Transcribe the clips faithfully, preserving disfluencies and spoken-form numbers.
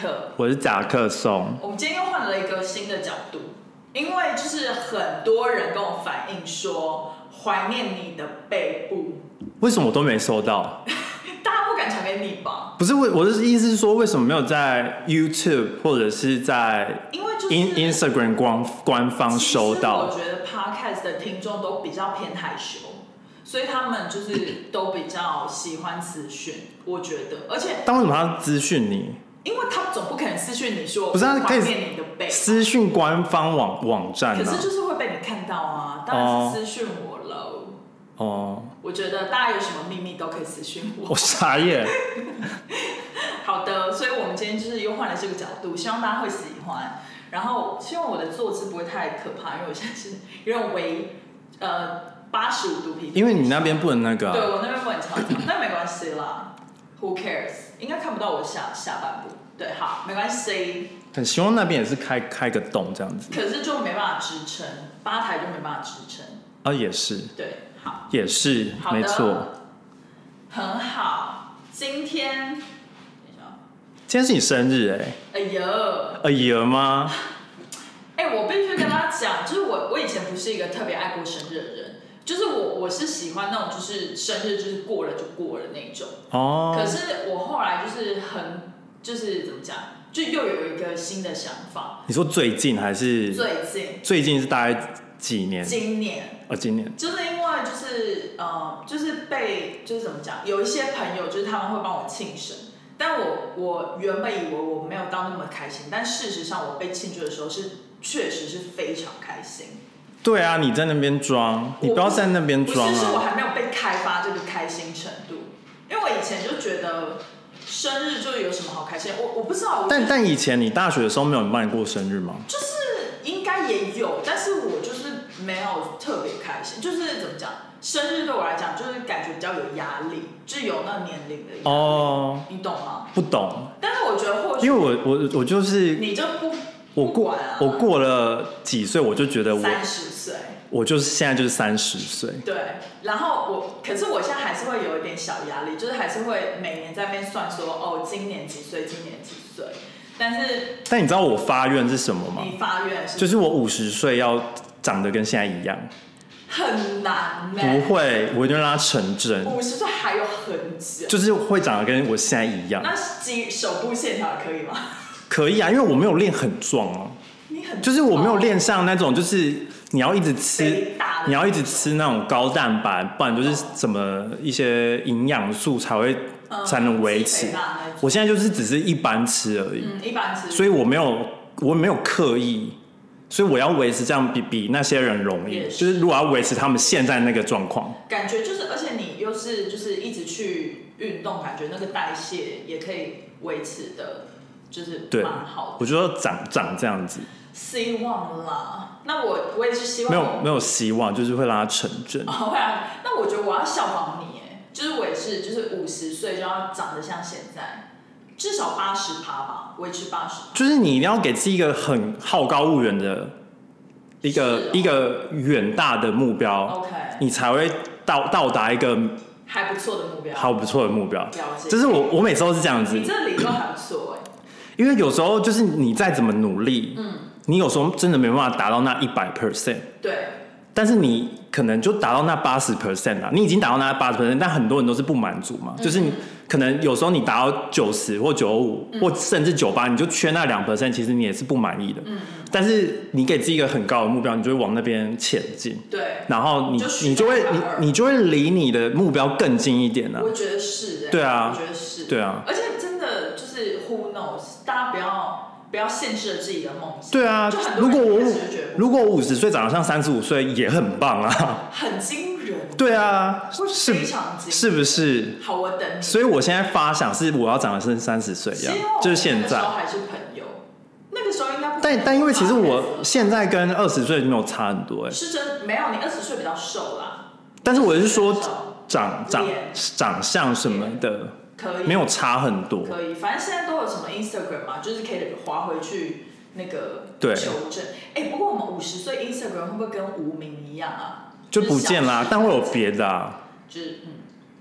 克， 我是夹克松。 我们今天又换了一个新的角度，因为就是很多人跟我反映说怀念你的背部， 为什么我都没收到？ 大家不敢传给你吧？ 不是，我的意思是说，为什么没有在 YouTube 或者是在因为就是 Instagram 官官方收到？ 其实我觉得 Podcast 的听众都比较偏害羞，所以他们就是都比较喜欢私讯。我觉得，而且但为什么他资讯你？ 因为他总不可能私讯你说不是，他可以怀念你的背， 私讯官方网网站、啊， 可是就是会被你看到啊，当然是私讯我喽。 哦， 我觉得大家有什么秘密都可以私讯我。 我傻眼。 好的，所以我们今天就是又换了这个角度，希望大家会喜欢。然后希望我的坐姿不会太可怕，因为我现在是有点微呃八十五度 P P。 因为你那边不能那个、啊。 对，我那边不能翘脚，但没关系啦。Who cares？ 应该看不到我下下半部。对，好，没关系。 很希望那边也是开开个洞这样子。 可是就没办法支撑，吧台就没办法支撑。 啊，也是。 对，好。 也是，没错。 很好，今天， 今天是你生日哎、 欸。哎呀。 哎呀吗？ 哎、欸，我必须跟大家讲，就是我我以前不是一个特别爱过生日的人，就是我我是喜欢那种就是生日就是过了就过了那种。哦。可是我后来就是很就是怎么讲，就又有一个新的想法。 你说最近还是？ 最近。 最近是大概几年？ 今年。 哦，今年。 就是因为就是呃就是被就是怎么讲，有一些朋友就是他们会帮我庆生。但我我原本以为我没有到那么开心，但事实上我被庆祝的时候是确实是非常开心。 对啊，你在那边装，你不要在那边装啊！ 不是，是我还没有被开发这个开心程度，因为我以前就觉得生日就有什么好开心，我我不知道。 但但以前你大学的时候没有人帮你过生日吗？ 就是应该也有，但是我就是没有特别开心，就是怎么讲？生日对我来讲，就是感觉比较有压力，就是有那年龄的压力。哦，你懂吗？ 不懂。 但是我觉得或许， 因为我我我就是， 你就不我过、啊、我过了几岁，我就觉得我三十岁， 我就是现在就是三十岁。 对，然后我，可是我现在还是会有一点小压力，就是还是会每年在那边算说，哦，今年几岁，今年几岁。但是， 但你知道我发愿是什么吗？ 你发愿是？ 就是我五十岁要长得跟现在一样。 很难呢、 欸。不会，我一定让它成真。 五十岁还有很久。 就是会长得跟我现在一样。 那肌手部线条可以吗？ 可以啊，因为我没有练很壮哦。 你很就是我没有练上那种，就是你要一直吃，你要一直吃那种高蛋白，不然就是什么一些营养素才会、嗯、才能维持。我现在就是只是一般吃而已。 嗯，一般吃。 所以我没有，我没有刻意。所以我要维持这样比比那些人容易，是就是如果要维持他们现在那个状况， 感觉就是，而且你又是就是一直去运动，感觉那个代谢也可以维持的，就是蛮好的。 我觉得长长这样子， 希望啦。那我我也是希望没有没有希望，就是会让它成真。 哦，那我觉得我要效仿你，哎，就是我也是，就是五十岁就要长得像现在。至少八十趴吧，维持八十。 就是你一定要给自己一个很好高骛远的一个、哦、一个远大的目标 ，OK， 你才会到到达一个还不错的目标， 好不错的目标。 了解。 就是我我每次都是这样子。 你这理论还不错哎。 因为有时候就是你再怎么努力，嗯，你有时候真的没办法达到那一百 percent。对。但是你可能就达到那八十 percent 啊，你已经达到那八十 percent， 但很多人都是不满足嘛，嗯、就是你可能有时候你达到九十或九十五、嗯，或甚至九八，你就缺那两 percent， 其实你也是不满意的。嗯。但是你给自己一个很高的目标，你就会往那边前进。对。然后你就你就会你你就会离你的目标更近一点啊。 我觉得是、欸。 对啊。 我觉得是。 对啊。 而且真的就是 who knows， 大家不要。不要限制了自己的梦想。 对啊，如果我如果五十岁长得像三十五岁，也很棒啊， 很惊人。 对啊， 是非常惊人， 是不是？ 好，我等你。 所以我现在发想是我要长得像三十岁一样，就是现在。 那个时候还是朋友，那个时候应该不。 但但因为其实我现在跟二十岁没有差很多哎、欸。 是真没有，你二十岁比较瘦啦。 但是我是说长长长相什么的。 可以， 没有差很多。 可以，反正现在都有什么 Instagram 嘛，就是可以滑回去那个求证。哎、欸，不过我们五十岁 Instagram 会不会跟无名一样啊？ 就不见啦，但会有别的啊。 就是嗯，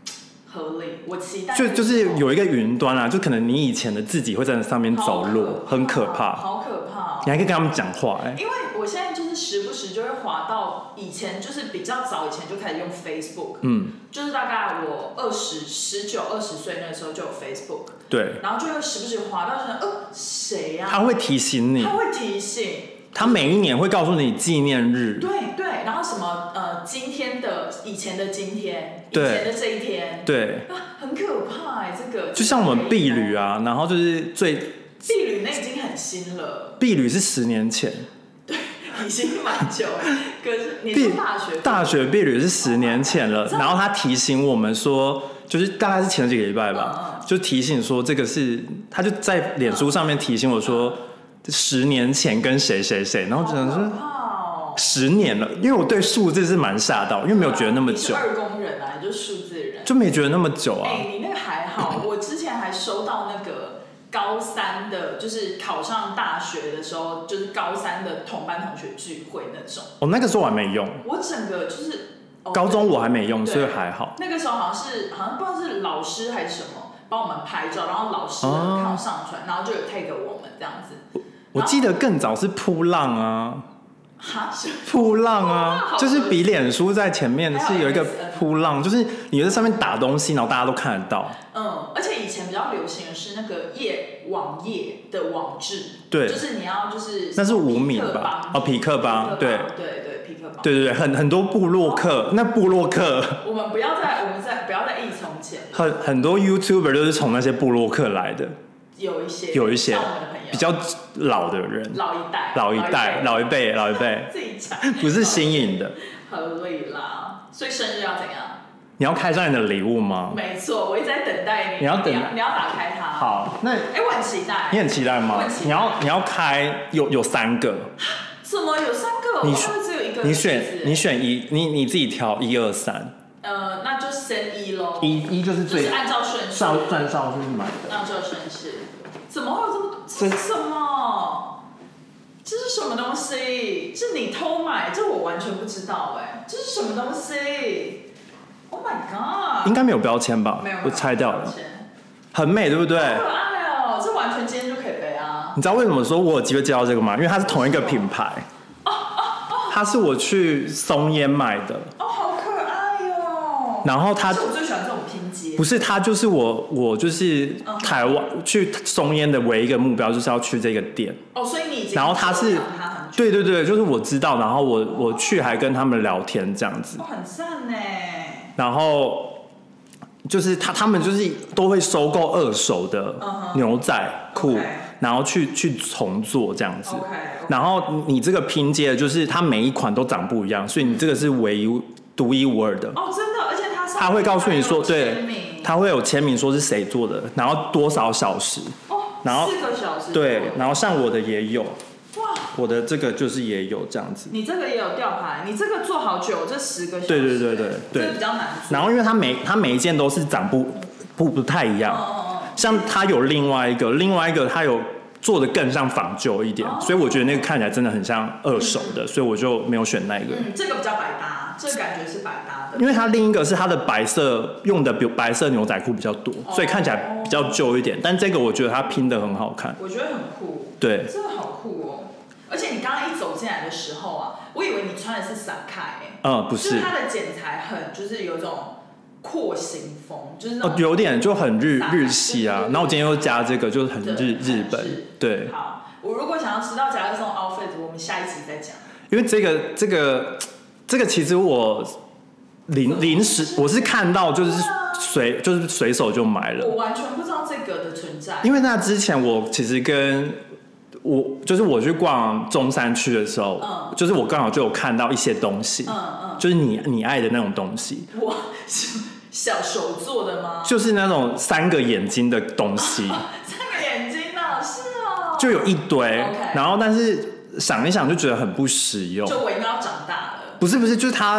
合理，我期待就就是有一个云端啊，就可能你以前的自己会在那上面走路，很可怕， 好可怕、哦。 你还可以跟他们讲话哎、欸。 因为我现在就是时不时就会滑到以前，就是比较早以前就开始用 Facebook， 嗯，就是大概我二十、十九、二十岁那时候就有 Facebook， 对， 然后就会时不时滑到说，呃，谁呀、啊？ 他会提醒你， 他会提醒。 他每一年会告诉你纪念日， 对对，然后什么呃，今天的以前的今天，以前的这一天， 对， 啊、很可怕哎、欸，这个就像我们婢旅啊，然后就是最婢旅那已经很新了， 婢旅是十年前， 对，已经蛮久了。可是你是大学大学婢旅是十年前了，然后他提醒我们说，就是大概是前几个礼拜吧，嗯嗯就提醒说这个是，他就在脸书上面提醒我说。嗯十年前跟谁谁谁，然后只能说十年了，因为我对数字是蛮吓到，因为没有觉得那么久。你是二宫人啊，你就是数字人， 就没觉得那么久啊。 哎、欸，你那个还好，我之前还收到那个高三的，就是考上大学的时候，就是高三的同班同学聚会那种。 哦，那个时候我还没用。 我整个就是、哦、 高中我还没用，所以还好。 那个时候好像是好像不知道是老师还是什么帮我们拍照，然后老师的account上传，哦、然后就有 tag 我们这样子。 我记得更早是扑浪啊，扑浪啊，就是比脸书在前面是有一个扑浪，就是你在上面打东西，然后大家都看得到。 嗯，而且以前比较流行的是那个页网页的网志， 对， 就是你要就是那是无名吧？哦，匹克邦，对对对，匹克邦， 对对对，很很多部落客，那部落客， 我们不要再我们再不要再忆从前， 很很多 YouTuber 都是从那些部落客来的。 有一些， 有一些比较老的人， 老一代， 老一代，老一辈，老一辈， 自己讲， 不是新颖的， 合理啦。所以生日要怎样？ 你要开箱你的礼物吗？ 没错，我一直在等待你。 你要等， 你要打开它。 好，那哎、欸，我很期待。 你很期待吗？你要你要开有有三个。 怎么有三个？ 你我会只有一个。 你选你选一，你你自己挑一二三。 呃，那就先一喽。 一一就是最， 就是按照顺序。 照按照顺序买的。 按照顺序。怎么会有这么多？这是什么？这是什么东西？是你偷买？这我完全不知道哎、欸，这是什么东西 ？Oh my god！ 应该没有标签吧？ 没有， 我拆掉了。很美，对不对？ 好可爱哦！这完全今天就可以背啊！ 你知道为什么说我有机会介绍这个吗？因为它是同一个品牌。哦哦哦！它是我去松烟买的。 哦，好可爱哦！ 然后它， 是我最喜欢这种拼接。 不是，它就是我，我就是台湾、嗯、去松烟的唯一一个目标就是要去这个店。 哦，所以你已经然后它是，对对对，就是我知道，然后我我去还跟他们聊天这样子。 哦，很赞呢。 然后。就是他，他们就是都会收购二手的牛仔裤， uh-huh. 然后去去重做这样子。 Okay, okay. 然后你这个拼接的，就是它每一款都长不一样，所以你这个是唯一独一无二的。 哦，真的，而且它他会告诉你说，对，他会有签名说是谁做的，然后多少小时。 哦， 然后四个小时。 对，然后像我的也有。 哇， 我的这个就是也有这样子。 你这个也有吊牌，你这个做好久，这十个小时。 对对对对对， 这个比较难做。 然后因为它每它每一件都是长不不不太一样， 哦哦像它有另外一个，另外一个它有做的更像仿旧一点，哦、所以我觉得那个看起来真的很像二手的，嗯、所以我就没有选那个。 嗯，这个比较百搭，这个感觉是百搭的。 因为它另一个是它的白色用的比白色牛仔裤比较多，哦、所以看起来比较旧一点，但这个我觉得它拼得很好看。 我觉得很酷。 对， 这个好酷哦。而且你刚刚一走进来的时候啊，我以为你穿的是散开、欸， 嗯，不是， 就是它的剪裁很，就是有一种廓形风，就是那种哦，有点就很日日系啊。然后我今天又加这个，就是很日日本，对。 好，我如果想要知道夹克松 outfit， 我们下一集再讲。 因为这个这个这个其实我临临时我是看到就是随就是随手就买了， 我完全不知道这个的存在。 因为那之前我其实跟我就是我去逛中山区的时候，嗯、就是我刚好就有看到一些东西，嗯嗯，就是你你爱的那种东西。 哇，小手做的吗？ 就是那种三个眼睛的东西。 三个眼睛哦，是哦。 就有一堆， okay. 然后但是想一想就觉得很不实用。 就我应该要长大了。 不是不是，就是它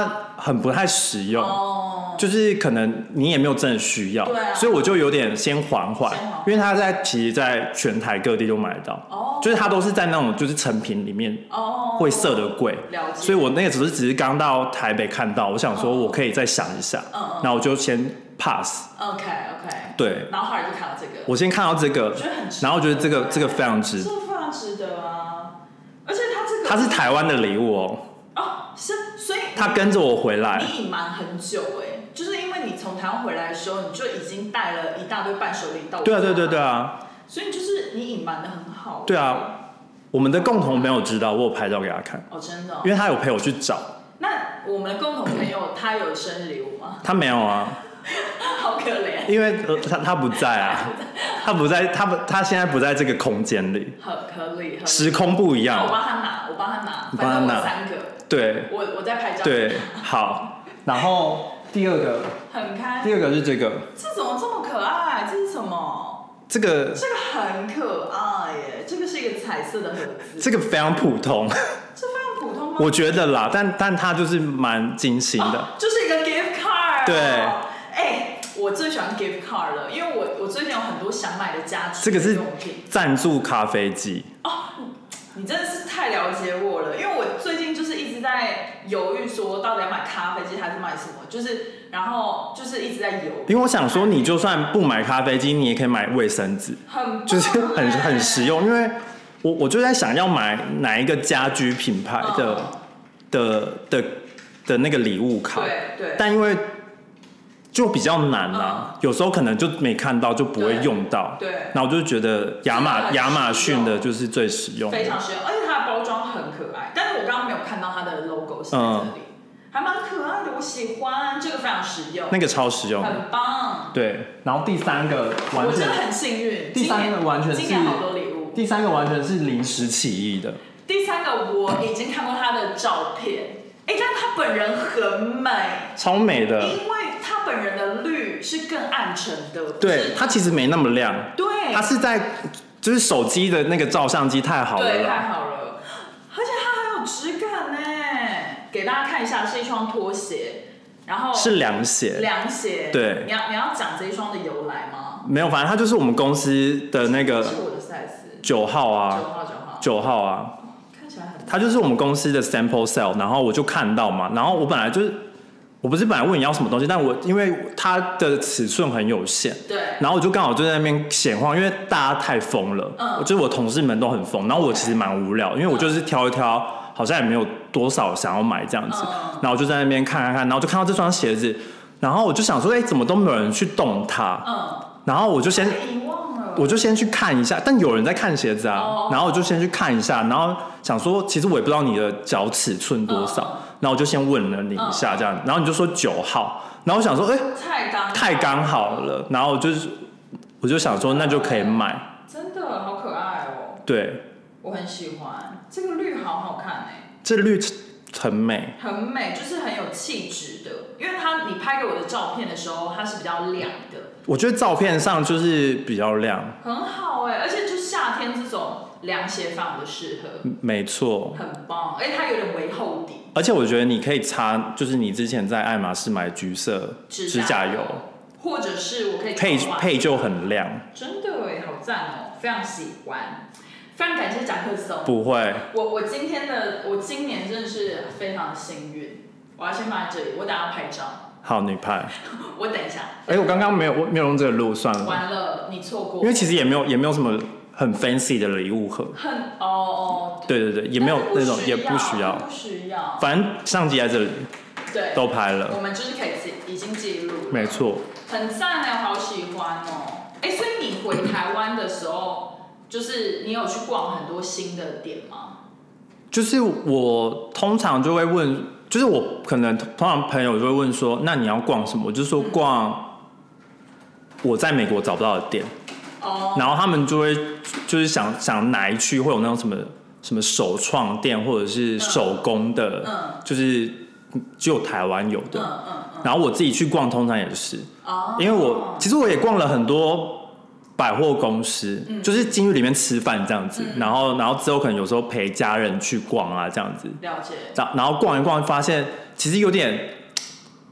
很不太实用。 哦， 就是可能你也没有真的需要， 对啊， 所以我就有点先缓缓，因为它在其实在全台各地都买得到，哦，就是它都是在那种就是成品里面会设的柜， 了解。 所以我那个只是只是刚到台北看到，我想说我可以再想一下，嗯，然后我就先 pass。 OK OK。 对。 然后后来就看到这个。 我先看到这个， 我觉得很值得， 然后我觉得这个这个非常值， 这非常值得啊！而且它这个它是台湾的礼物哦。 哦，是，所以他跟着我回来， 你隐瞒很久哎，就是因为你从台湾回来的时候，你就已经带了一大堆伴手礼到。 对啊，对对对啊。 所以就是你隐瞒的很好。 对啊，我们的共同朋友知道，我有拍照给他看。 哦，真的、哦。 因为他有陪我去找。 那我们的共同朋友他有生日礼物吗？ 他没有啊。 好可怜。 因为、呃、他他不在啊，他不在，他不他现在不在这个空间里。 很合理， 时空不一样。 我帮他拿，我帮他拿， 你帮他拿三个。 对， 我我在拍照。 对，好。然后第二个， 很开。 第二个是这个。 这怎么这么可爱？这是什么？ 这个这个很可爱耶，这个是一个彩色的盒子。 这个非常普通。 这非常普通吗？ 我觉得啦，但但它就是蛮精心的、哦， 就是一个 gift card。 对。 哎、欸，我最喜欢 gift card 了，因为我我最近有很多想买的家居这个是用品。 赞助咖啡机。 哦。你真的是太了解我了，因为我最近就是一直在犹豫说到底要买咖啡机还是买什么，就是然后就是一直在犹豫。 因为我想说，你就算不买咖啡机，你也可以买卫生纸， 很就是很很实用。因为我我就在想要买哪一个家居品牌的、嗯、的的的那个礼物卡， 对对， 但因为就比较难啊、嗯，有时候可能就没看到，就不会用到。 对， 然后我就觉得亚马亚马逊的就是最实用的， 非常实用，而且它的包装很可爱。但是我刚刚没有看到它的 logo 是在这里，嗯、还蛮可爱的，我喜欢这个，非常实用。 那个超实用， 很棒。 对，然后第三个完全， 我真的很幸运。 第三个完全是今年好多礼物。 第三个完全是临时起意的。 第三个我已经看过他的照片。哎，但他本人很美， 超美的。 因为他本人的绿是更暗沉的， 对，他其实没那么亮。 对， 他是在就是手机的那个照相机太好了， 对，太好了，而且它很有质感呢。给大家看一下，是一双拖鞋，然后是凉鞋， 凉鞋。 对， 你要你要讲这一双的由来吗？ 没有，反正它就是我们公司的那个， 是我的 size， 九号啊， 九号九号九号啊。 它就是我们公司的 sample sale， 然后我就看到嘛，然后我本来就是，我不是本来问你要什么东西，但我因为它的尺寸很有限， 对， 然后我就刚好就在那边闲晃，因为大家太疯了，嗯，就是我同事们都很疯，然后我其实蛮无聊，因为我就是挑一挑，好像也没有多少想要买这样子，嗯、然后我就在那边看看看，然后就看到这双鞋子，然后我就想说，哎、欸，怎么都没有人去动它，嗯，然后我就先。我就先去看一下，但有人在看鞋子啊， oh. 然后我就先去看一下，然后想说，其实我也不知道你的脚尺寸多少， uh. 然后我就先问了你一下，这样， uh. 然后你就说九號，然後我想說，哎、欸，太剛好了，然後我就我就想說，那就可以買， 真的好可愛哦， 對， 我很喜歡，這個綠好好看哎， 這綠很美， 很美，就是很有氣質的，因為它你拍給我的照片的時候，它是比較亮的。 我覺得照片上就是比較亮， 很好哎，而且就夏天這種涼鞋非常的適合， 沒錯， 很棒，而且它有點微厚底， 而且我覺得你可以擦，就是你之前在愛馬仕買橘色指甲油， 或者是我可以配配就很亮， 真的哎，好讚哦，非常喜歡。非常感謝甲克松。 不會。 我我今天的我今年真的是非常幸運。我要先放在這裡，我等下要拍照。 好，你拍。 我等一下。 哎、欸，我剛剛沒有沒有用這個錄，算了。 完了，你錯過。 因為其實也沒有也沒有什麼很 fancy 的禮物盒。 很哦哦。 對對對，也沒有那種，也不需要。 不需要。 反正相機在這裡。 對。 都拍了。 我們就是可以已經記錄了。 沒錯。 很讚哎，我好喜歡哦。哎、欸，所以你回台灣的時候。就是你有去逛很多新的店嗎？ 就是我通常就會問，就是我可能通常朋友就會問說，那你要逛什麼？我就說逛我在美國找不到的店。哦。然後他們就會就是想想哪一區會有那種什麼什麼手創店或者是手工的，嗯，就是只有台灣有的。嗯嗯嗯。然後我自己去逛，通常也是。哦。因為我其實我也逛了很多。百貨公司、嗯、就是進去裡面吃飯這樣子、嗯，然後然後之後可能有時候陪家人去逛啊這樣子， 了解。 然後逛一逛，發現其實有點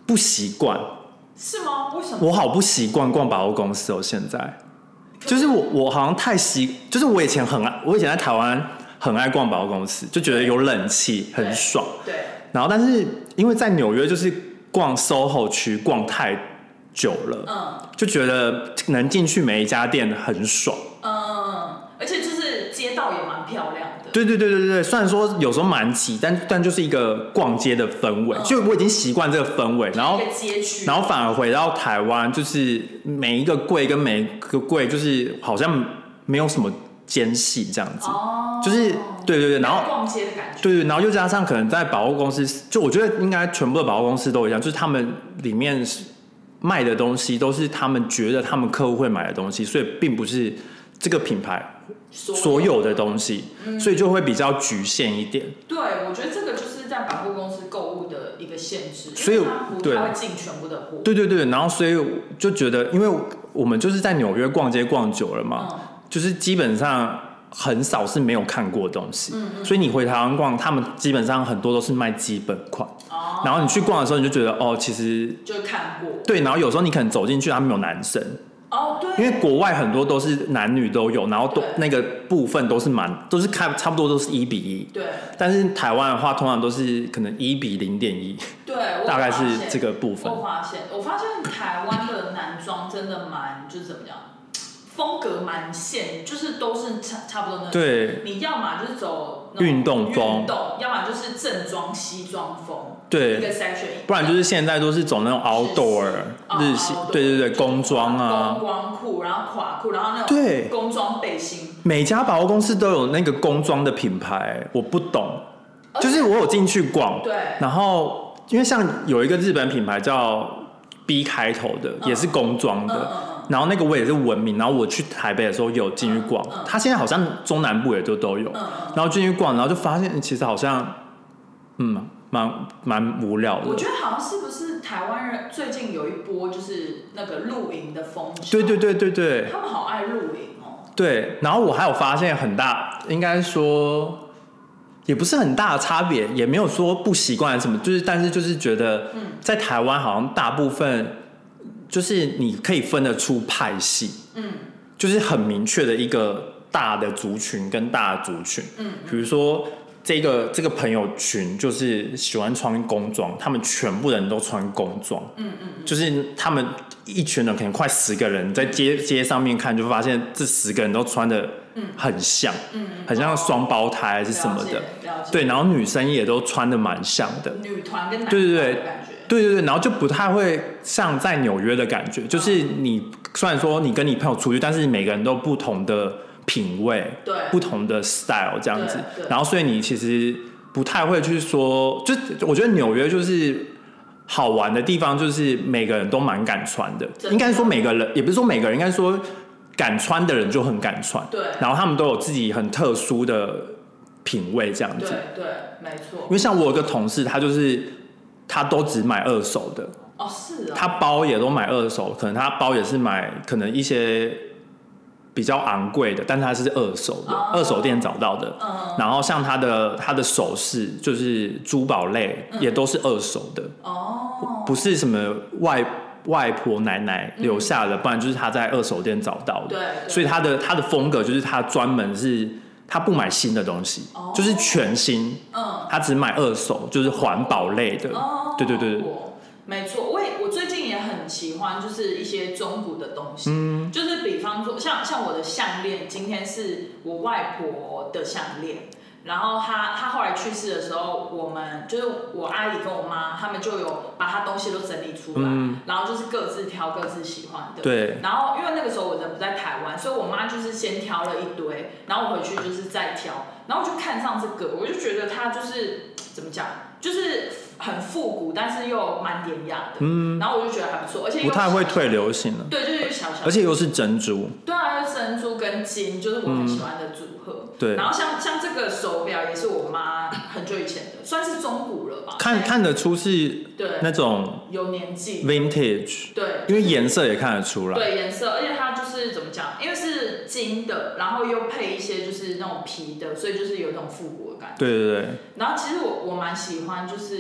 不习惯。 是吗？为什么？ 我好不习惯逛百货公司哦，现在就是我我好像太习，就是我以前很爱，我以前在台湾很爱逛百货公司，就觉得有冷气很爽。 对。对然后但是因为在纽约就是逛 S O H O 区逛太久了，嗯，就觉得能进去每一家店很爽。 嗯，而且就是街道也蛮漂亮的。 对对对对对，虽然说有时候蛮挤，但但就是一个逛街的氛围，嗯、就我已经习惯这个氛围，然后街区， 然后反而回到台湾，就是每一个柜跟每一个柜，就是好像没有什么间隙这样子，哦、就是对对对，然后逛街的感觉， 对对，然后又加上可能在百货公司，就我觉得应该全部的百货公司都一样，就是他们里面卖的东西都是他们觉得他们客户会买的东西，所以并不是这个品牌所有的东西，嗯、所以就会比较局限一点。 对，我觉得这个就是在百货公司购物的一个限制， 所以它不太会进全部的货。 对对对，然后所以就觉得，因为我们就是在纽约逛街逛久了嘛，嗯、就是基本上很少是没有看过的东西，嗯嗯，所以你回台湾逛，他们基本上很多都是卖基本款。哦、然后你去逛的时候，你就觉得哦，其实就看过。 对，然后有时候你可能走进去，他们有男生。 哦，对， 因为国外很多都是男女都有，然后都那个部分都是蛮都是看差不多都是一比一， 对。 但是台湾的话，通常都是可能一比零点一， 对， 大概是这个部分。 我发现，我发现台湾的男装真的蛮就是怎么讲，风格蛮现，就是都是差差不多那种。对。你要么就是走运动风， 运动，要么就是正装西装风。 对， 一个 section， 不然就是现在都是走那种 outdoor 日系，对对对，工装啊， 工光裤，然后垮裤，然后那种工装背心。 每家百货公司都有那个工装的品牌，我不懂，就是我有进去逛， 对， 然后因为像有一个日本品牌叫 B 开头的，也是工装的，嗯嗯嗯、然后那个我也是闻名，然后我去台北的时候有进去逛，嗯嗯、它现在好像中南部也都都有，嗯嗯、然后进去逛，然后就发现其实好像，嗯。蛮蛮无聊的。 我觉得好像是不是台湾人最近有一波就是那个露营的风潮。 对对对对对。 他们好爱露营哦。 对，然后我还有发现很大，应该说也不是很大的差别，也没有说不习惯什么，就是但是就是觉得，在台湾好像大部分就是你可以分得出派系，嗯，就是很明确的一个大的族群跟大的族群，嗯，比如说。这个这个朋友群就是喜欢穿工装，他们全部人都穿工装，嗯嗯，就是他们一群人可能快十个人在街街上面看，就发现这十个人都穿的很像，嗯，很像双胞胎还是什么的，对，然后女生也都穿的蛮像的， 女团跟男团的感觉， 对对对，然后就不太会像在纽约的感觉，就是你虽然说你跟你朋友出去，但是每个人都不同的。品味， 对， 不同的 style 这样子，然后所以你其实不太会去说，就我觉得纽约就是好玩的地方，就是每个人都蛮敢穿的，应该说每个人也不是说每个人，应该说敢穿的人就很敢穿， 对， 然后他们都有自己很特殊的品味这样子， 对对，没错。 因为像我有个同事，他就是他都只买二手的， 哦是啊， 他包也都买二手，可能他包也是买可能一些。比较昂贵的，但是它是二手的， oh, 二手店找到的。Uh, 然后像他的他的首饰，就是珠宝类，嗯、也都是二手的。哦、oh. ，不是什么外外婆奶奶留下的，嗯、不然就是他在二手店找到的。 对， 所以他的他的风格就是他专门是他不买新的东西， oh. 就是全新。嗯，他只买二手，就是环保类的。哦、oh. ，对对对对。 没错，我也我最近也很喜欢，就是一些中古的东西，嗯、就是比方说像像我的项链，今天是我外婆的项链，然后她她后来去世的时候，我们就是我阿姨跟我妈，他们就有把她东西都整理出来，嗯、然后就是各自挑各自喜欢的。 对。 然后因为那个时候我人不在台湾，所以我妈就是先挑了一堆，然后我回去就是再挑，然后我就看上这个，我就觉得它就是怎么讲，就是。很复古，但是又蛮典雅的，嗯，然后我就觉得还不错，而且又不太会退流行了， 对，就是小小， 而且又是珍珠， 对啊，又珍珠跟金，就是我很喜欢的组合， 嗯、对。 然后像像这个手表也是我妈很久以前的，算是中古了吧， 看看得出是对那种有年纪 vintage， 对， 因为颜色也看得出来， 对颜色，而且它就是怎么讲，因为是金的，然后又配一些就是那种皮的，所以就是有那种复古的感觉， 对对对。 然后其实我我蛮喜欢就是。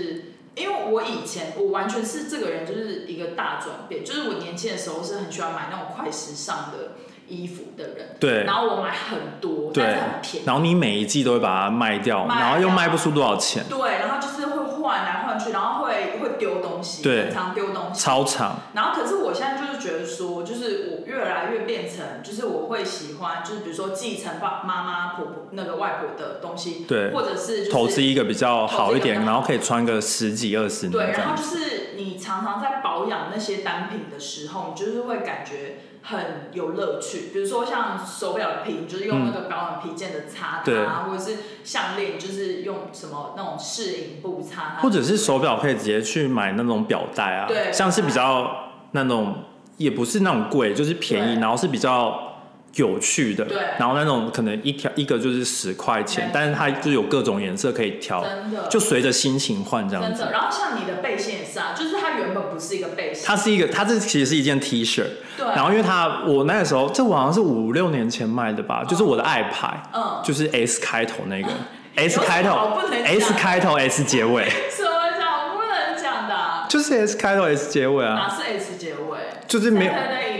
因为我以前我完全是这个人，就是一个大转变，就是我年轻的时候是很喜欢买那种快时尚的衣服的人， 对， 然后我买很多，但是很便宜， 然后你每一季都会把它卖掉， 卖掉然后又卖不出多少钱， 对，然后就是会换来换去，然后会会丢东西， 对， 很常丢东西， 超长。 然后可是我现在就是觉得说，就是我越来越变成，就是我会喜欢，就是比如说继承爸妈妈婆婆那个外婆的东西， 对， 或者是、就是、 投资一个比较好一点，然后可以穿个十几二十年， 对，然后就是你常常在保养那些单品的时候，你就是会感觉很有乐趣，比如说像手表的皮，你就是用那个保养皮件的擦它、嗯，或者是项链，就是用什么那种适应布擦它， 或者是手表可以直接去买那种表带啊， 对， 像是比较那种也不是那种贵，就是便宜，然后是比较有趣的， 对， 然后那种可能一条一个就是十块钱，但是它就有各种颜色可以挑， 真的， 就随着心情换这样子。 真的，然后像你的背心也是啊，就是它原本不是一个背心， 它是一个，它这其实是一件 T 恤， 对。 然后因为它我那个时候，这我好像是五六年前卖的吧，嗯、就是我的爱牌，嗯，就是 S 开头那个、嗯、，S 开头 ，S 开头 S 结尾。 什么讲不能讲的、啊？ 就是 S 开头 S 结尾啊。 哪是 S 结尾？ 就是没有。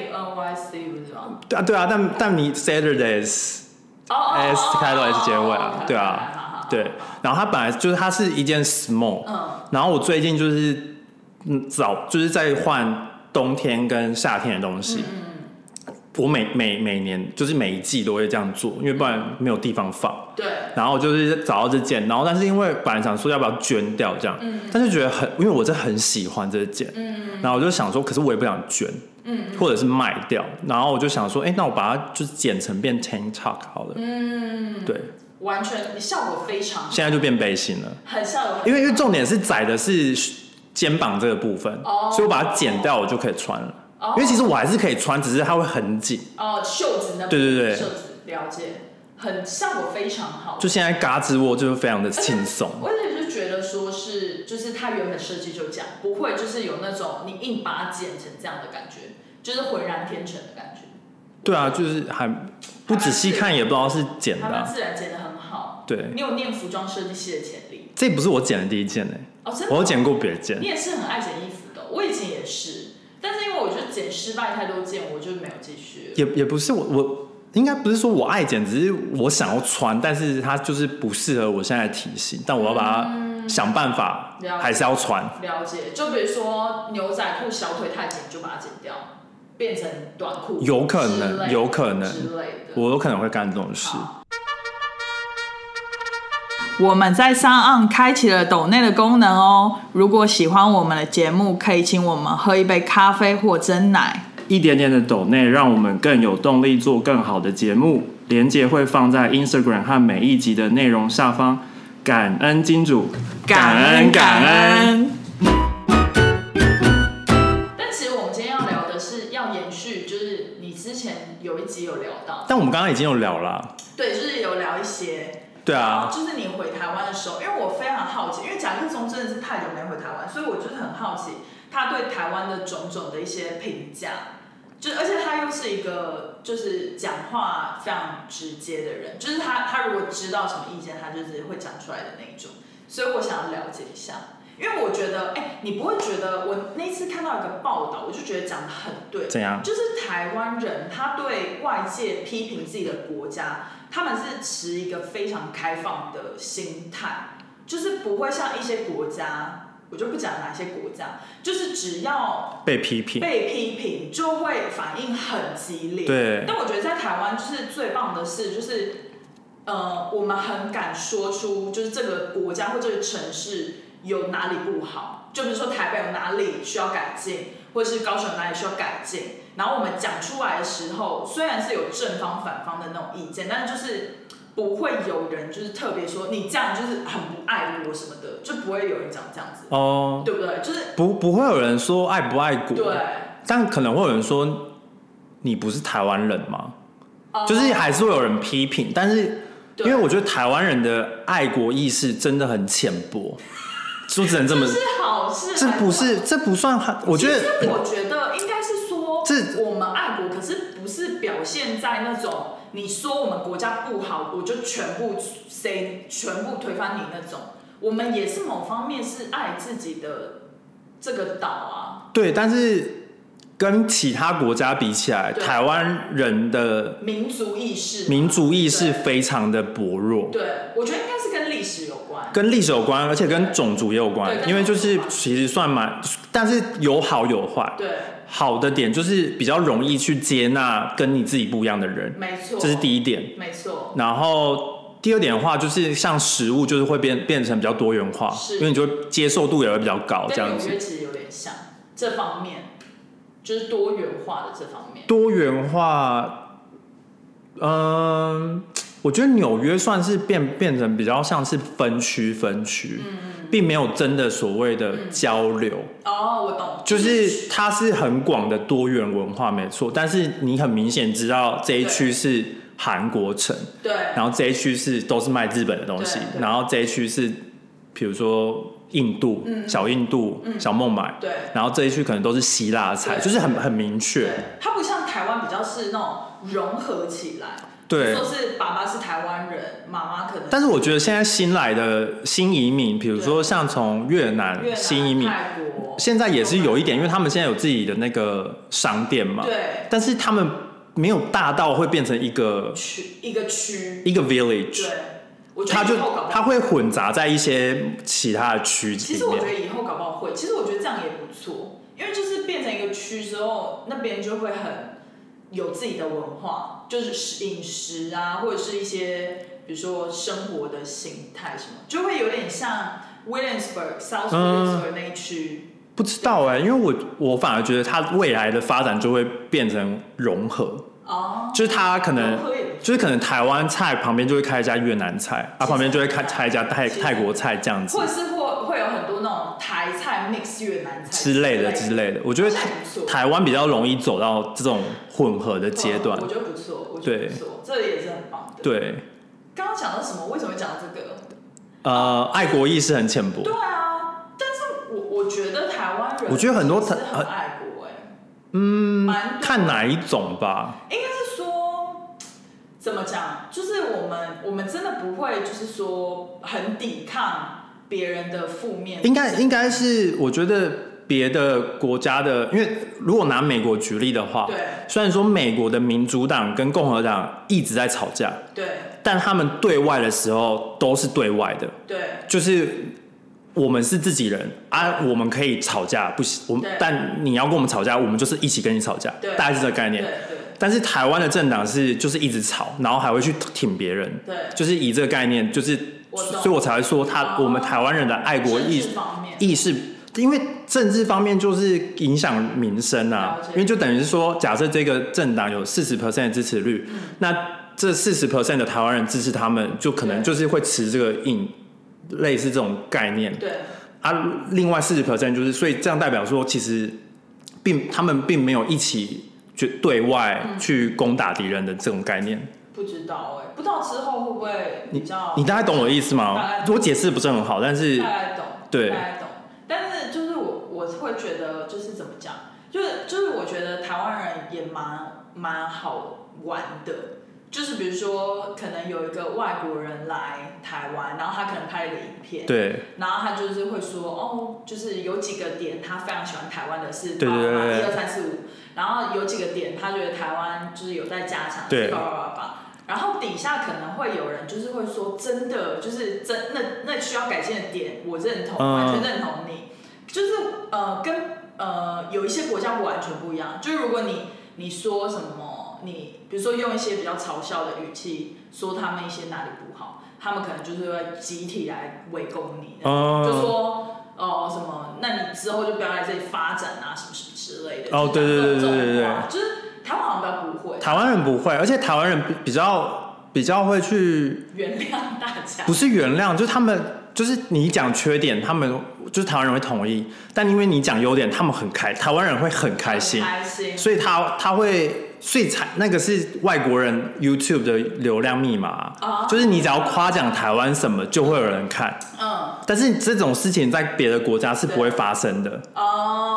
啊，对啊，但但你 Saturdays，S、oh, oh, 开头 S 结尾啊， oh, okay, 对啊， okay, 对。然后它本来就是它是一件 small，、嗯、然后我最近就是嗯早就是在换冬天跟夏天的东西。嗯嗯、我每每每年就是每一季都会这样做，因为不然没有地方放。 对。 然后就是找到这件，然后但是因为本来想说要不要捐掉这样，嗯、但是觉得很，因为我真的很喜欢这件，嗯、然后我就想说，可是我也不想捐。嗯，或者是卖掉，然后我就想说，哎、欸，那我把它就是剪成变 tank top 好了。嗯，对， 完全效果非常好。 现在就变背心了， 很效果很好。 因为因为重点是窄的是肩膀这个部分，哦、所以我把它剪掉，我就可以穿了。哦、因为其实我还是可以穿，只是它会很紧。 哦，袖子那边。 对对对， 袖子了解，很效果非常好。 就现在嘎吱窝就是非常的轻松。 我也是觉得说是，就是它原本设计就这样，不会就是有那种你硬把它剪成这样的感觉。就是浑然天成的感觉。 对啊，就是还不仔细看也不知道是剪的、啊。 他们自然剪得很好。 对。 你有念服装设计系的潜力。 这不是我剪的第一件哎、欸。 哦，真的、哦。 我有剪过别件。 你也是很爱剪衣服的，我以前也是，但是因为我觉得剪失败太多件，我就没有继续。 也也不是我我应该不是说我爱剪，只是我想要穿，但是它就是不适合我现在的体型，但我要把它想办法，还是要穿。 了解，就比如说牛仔裤小腿太紧，就把它剪掉。变成短裤， 有可能，有可能之类的， 我有可能会干这种事。 我们在SoundOn开启了抖内的功能哦。如果喜欢我们的节目，可以请我们喝一杯咖啡或珍奶。 一点点的抖内，让我们更有动力做更好的节目。连结会放在 Instagram 和每一集的内容下方。感恩金主， 感恩感恩。之前有一集有聊到， 但我们刚刚已经有聊了、啊。 对，就是有聊一些。 对啊。 就是你回台湾的时候，因为我非常好奇，因为蒋克忠真的是太久没回台湾，所以我就是很好奇他对台湾的种种的一些评价。就而且他又是一个就是讲话非常直接的人，就是他他如果知道什么意见，他就是会讲出来的那一种。所以我想要了解一下。因为我觉得，哎、欸，你不会觉得我那次看到一个报道，我就觉得讲得很对。 怎样？ 就是台湾人他对外界批评自己的国家，他们是持一个非常开放的心态，就是不会像一些国家，我就不讲哪些国家，就是只要被批评， 被批评就会反应很激烈。 对。 但我觉得在台湾就是最棒的是，就是，呃，我们很敢说出，就是这个国家或这个城市。有哪里不好？就比如说台北有哪里需要改进，或者是高雄哪里需要改进，然后我们讲出来的时候，虽然是有正方反方的那种意见，但是就是不会有人就是特别说你这样就是很不爱国什么的，就不会有人讲这样子哦，对不对？就是不不会有人说爱不爱国， 对， 但可能会有人说你不是台湾人吗？哦、就是还是会有人批评，但是因为我觉得台湾人的爱国意识真的很浅薄。就只能这么， 这是好事， 这不是，这不算。我觉得， 其实我觉得应该是说，这我们爱国，可是不是表现在那种你说我们国家不好，我就全部 say 全部推翻你那种。 我们也是某方面是爱自己的这个岛啊。 对，但是跟其他国家比起来，台湾人的民族意识， 民族意识非常的薄弱。 对，我觉得应该是跟历史有关， 跟历史有关，而且跟种族也有关，因为就是其实算蛮，但是有好有坏。 对。 好的点就是比较容易去接纳跟你自己不一样的人， 没错， 这是第一点， 没错。 然后第二点的话，就是像食物，就是会变变成比较多元化，因为你就接受度也会比较高，这样子。 跟纽约其实有点像这方面，就是多元化的这方面。 多元化，嗯、呃，我觉得纽约算是变变成比较像是分区分区。嗯并没有真的所谓的交流、 嗯、哦，我懂， 就是它是很广的多元文化，没错。但是你很明显知道这一区是韩国城， 对， 然后这一区是都是卖日本的东西，然后这一区是比如说印度、嗯、小印度、嗯、小孟买， 对， 然后这一区可能都是希腊菜，就是很很明确。 它不像台湾比较是那种融合起来。 对， 说是爸爸是台湾人，妈妈可能。 但是我觉得现在新来的新移民，比如说像从越南新移民， 泰国， 现在也是有一点，因为他们现在有自己的那个商店嘛。 对。 但是他们没有大到会变成一个区，一个区， 一个 village。 对。我觉得以后搞不好它会混杂在一些其他的区里面。 其实我觉得以后搞不好会，其实我觉得这样也不错，因为就是变成一个区之后，那边就会很有自己的文化，就是饮食啊，或者是一些比如说生活的形态什么，就会有点像 Williamsburg、South Williamsburg 那一区。嗯、 不知道哎、欸，因为我我反而觉得它未来的发展就会变成融合。哦。就是它可能就是可能台湾菜旁边就会开一家越南菜，啊旁边就会开开一家泰泰国菜这样子。 或者是会会有很多那种台菜 mix 越南菜之类的之类的，我觉得台湾比较容易走到这种混合的阶段。 我觉得不错，我觉得不错，这也是很棒的。 对。 刚刚讲到什么？为什么会讲到这个？ 呃，爱国意识很浅薄。 对啊，但是我我觉得台湾人， 我觉得很多很爱国哎、欸。 嗯，看哪一种吧。 应该是说，怎么讲？就是我们我们真的不会，就是说很抵抗别人的负面。 应该应该是，我觉得别的国家的，因为如果拿美国举例的话， 对， 虽然说美国的民主党跟共和党一直在吵架， 对， 但他们对外的时候都是对外的， 对， 就是我们是自己人啊，我们可以吵架，不行，我们但你要跟我们吵架，我们就是一起跟你吵架，大概是这个概念。 对对。 但是台湾的政党是就是一直吵，然后还会去挺别人， 对， 就是以这个概念，就是所以我才会说他、哦、我们台湾人的爱国意意识，因为政治方面就是影响民生啊，因为就等于是说，假设这个政党有四十 percent 的支持率，嗯、那这四十 percent 的台湾人支持他们，就可能就是会持这个印类似这种概念， 对啊，另外四十 percent 就是，所以这样代表说，其实并他们并没有一起。就对外去攻打敌人的这种概念，嗯、 不知道哎、欸，不知道之后会不会比较你？你大概懂我的意思吗？我解释不是很好，但是大概懂， 对， 大概懂。但是就是我我会觉得就是怎么讲，就是就是我觉得台湾人也蛮蛮好玩的。就是比如说，可能有一个外国人来台湾，然后他可能拍了一个影片， 对， 然后他就是会说，哦，就是有几个点他非常喜欢台湾的是， 对对对对， 一二三四五，然后有几个点他觉得台湾就是有在加强， 对， 叭叭叭叭，然后底下可能会有人就是会说，真的就是真那那需要改进的点，我认同，嗯、完全认同你，就是呃跟呃有一些国家完全不一样，就是如果你你说什么。你比如说用一些比较嘲笑的语气说他们一些哪里不好，他们可能就是会集体来围攻你，嗯、就说哦、呃、什么，那你之后就不要来这里发展啊，什么什么之类的。 哦，对对对对对对， 就是台湾好像比较不会。 台湾人不会，而且台湾人比较比较会去原谅大家。不是原谅，就是他们就是你讲缺点，他们就是台湾人会同意，但因为你讲优点，他们很开，台湾人会很开心， 很开心， 所以他他会。所以才那个是外国人 YouTube 的流量密码，哦、就是你只要夸奖台湾什么，就会有人看。嗯，但是这种事情在别的国家是不会发生的。 哦，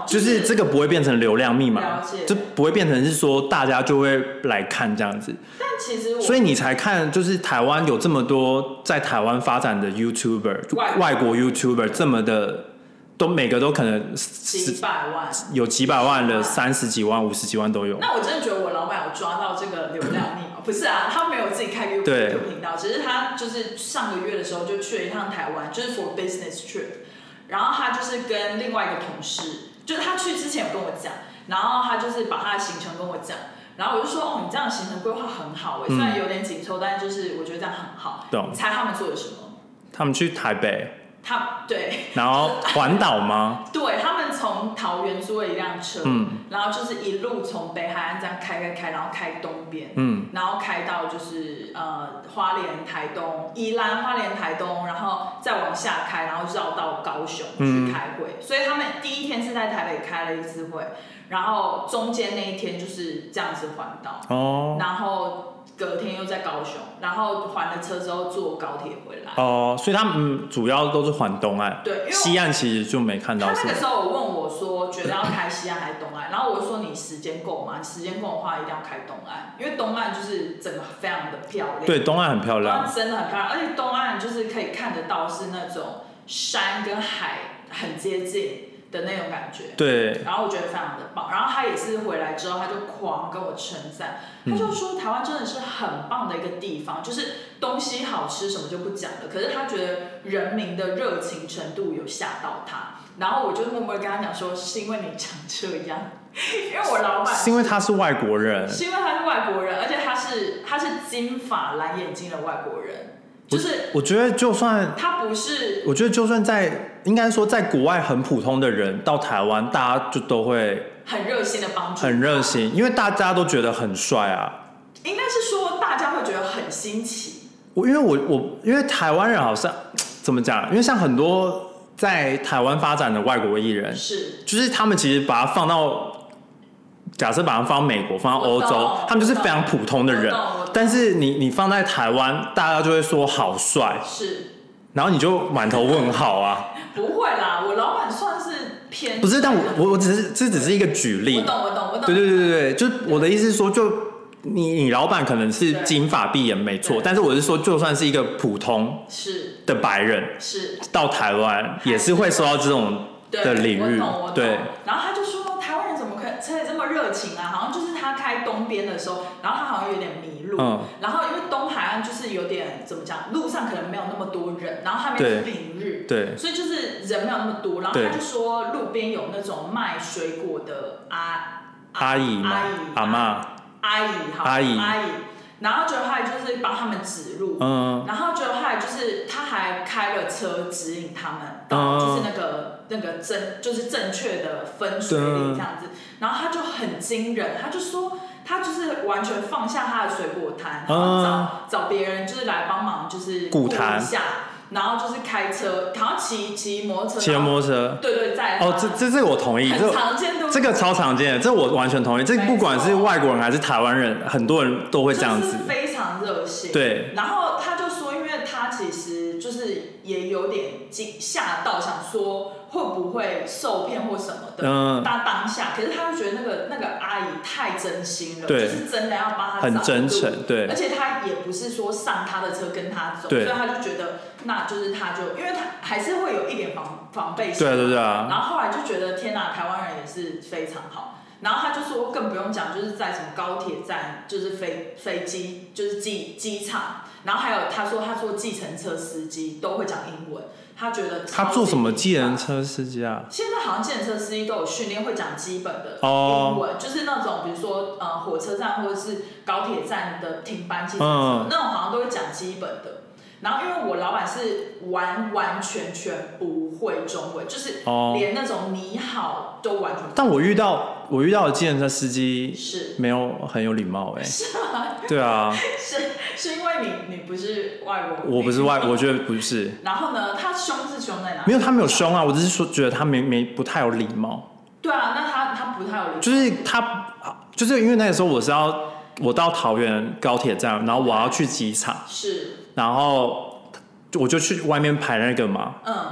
就是这个不会变成流量密码，就不会变成是说大家就会来看这样子。 但其实我， 所以你才看，就是台湾有这么多在台湾发展的 YouTuber， 外, 外国 YouTuber 这么的，都每个都可能几百万， 有几百万的，三十几万、五十几万都有。 那我真的觉得我老板有抓到这个流量密码，不是啊，他没有自己开 YouTube 频道，只是他就是上个月的时候就去了一趟台湾，就是 for business trip。然后他就是跟另外一个同事，就是他去之前有跟我讲，然后他就是把他的行程跟我讲，然后我就说哦，你这样的行程规划很好哎，虽然有点紧凑，但是就是我觉得这样很好。 懂？ 你猜他们做了什么？ 他们去台北。 他对， 然后环岛吗？ 对，他们从桃园租了一辆车，嗯，然后就是一路从北海岸这样开开开，然后开东边，嗯，然后开到就是呃花莲、台东、宜兰、花莲、台东，然后再往下开，然后绕到高雄去开会。嗯、所以他们第一天是在台北开了一次会，然后中间那一天就是这样子环岛，哦，然后。隔天又在高雄，然后还了车之后坐高铁回来。哦， 所以他们、嗯、主要都是环东岸， 对，因为西岸其实就没看到。 他那个时候我问我说，觉得要开西岸还是东岸？然后我就说你时间够吗？你时间够的话，一定要开东岸，因为东岸就是整个非常的漂亮。 对，东岸很漂亮， 真的很漂亮，而且东岸就是可以看得到是那种山跟海很接近的那种感觉， 对， 然后我觉得非常的棒。然后他也是回来之后，他就狂跟我称赞，他就说台湾真的是很棒的一个地方，就是东西好吃什么就不讲了，可是他觉得人民的热情程度有吓到他。然后我就默默跟他讲说，是因为你长这样，因为我老板是因为他是外国人， 是因为他是外国人，而且他是他是金发蓝眼睛的外国人。就是我觉得就算他不是， 我觉得就算在应该说在国外很普通的人到台湾，大家就都会很热心的帮助， 很热心，因为大家都觉得很帅啊。 应该是说大家会觉得很新奇。 我因为我我因为台湾人好像怎么讲？因为像很多在台湾发展的外国艺人， 是就是他们其实把它放到。假设把它放到美国，放到欧洲，他们就是非常普通的人。但是你你放在台湾，大家就会说好帅， 是， 然后你就满头问号啊。 不会啦，我老板算是偏不是，但我我我只是这只是一个举例。 我懂我懂我懂。 对对对对对，就我的意思是说，就你你老板可能是金发碧眼没错，但是我是说，就算是一个普通是的白人， 是到台湾也是会受到这种的领域。对， 然后他就说台湾人怎么可以可以这么热情啊？好像就是他开东边的时候，然后他好像有点迷路，嗯、然后因为东海岸就是有点怎么讲，路上可能没有那么多人，然后他们是平日， 对， 所以就是人没有那么多，然后他就说路边有那种卖水果的阿阿姨、 阿姨、 阿嬷、 阿姨、 阿姨、 阿姨。然后就后来就是帮他们指路，嗯，然后就后来就是他还开了车指引他们到就是那个、嗯、那个正就是正确的分水岭这样子，然后他就很惊人，他就说他就是完全放下他的水果摊，然后找、嗯、找别人就是来帮忙就是顾一下。然后就是开车，好像骑骑摩托车， 骑摩托车， 对对，在哦，这这这个我同意， 很常见的， 这个超常见的，这我完全同意。这不管是外国人还是台湾人，很多人都会这样子， 就是非常热心。 对， 然后他就说，因为他其实就是也有点惊吓到，想说会不会受骗或什么的。嗯。当当下，可是他就觉得那个那个阿姨太真心了， 对， 就是真的要帮他很真诚，对。 而且他也不是说上他的车跟他走，所以他就觉得。那就是他就，因为他还是会有一点防防备心， 对对对啊。 然后后来就觉得天哪，台湾人也是非常好。然后他就说更不用讲，就是在什么高铁站，就是飞飞机，就是机机场。然后还有他说，他说计程车司机都会讲英文，他觉得他做什么计程车司机啊？ 现在好像计程车司机都有训练，会讲基本的英文， oh. 就是那种比如说呃火车站或者是高铁站的停班计程车、嗯、那种好像都会讲基本的。然后因为我老板是完完全全不会中文，就是连那种你好都完全不会。 但我遇到我遇到的计程车司机是没有很有礼貌哎、欸。 是吗？ 对啊。 是是因为你你不是外国人。 我不是外，我觉得不是。 然后呢，他凶是凶在哪里？ 没有，他没有凶啊，我只是说觉得他没没不太有礼貌。 对啊，那他他不太有礼貌。 就是他就是因为那个时候我是要我到桃园高铁站，然后我要去机场。 是。 然后我就去外面排那个嘛，嗯，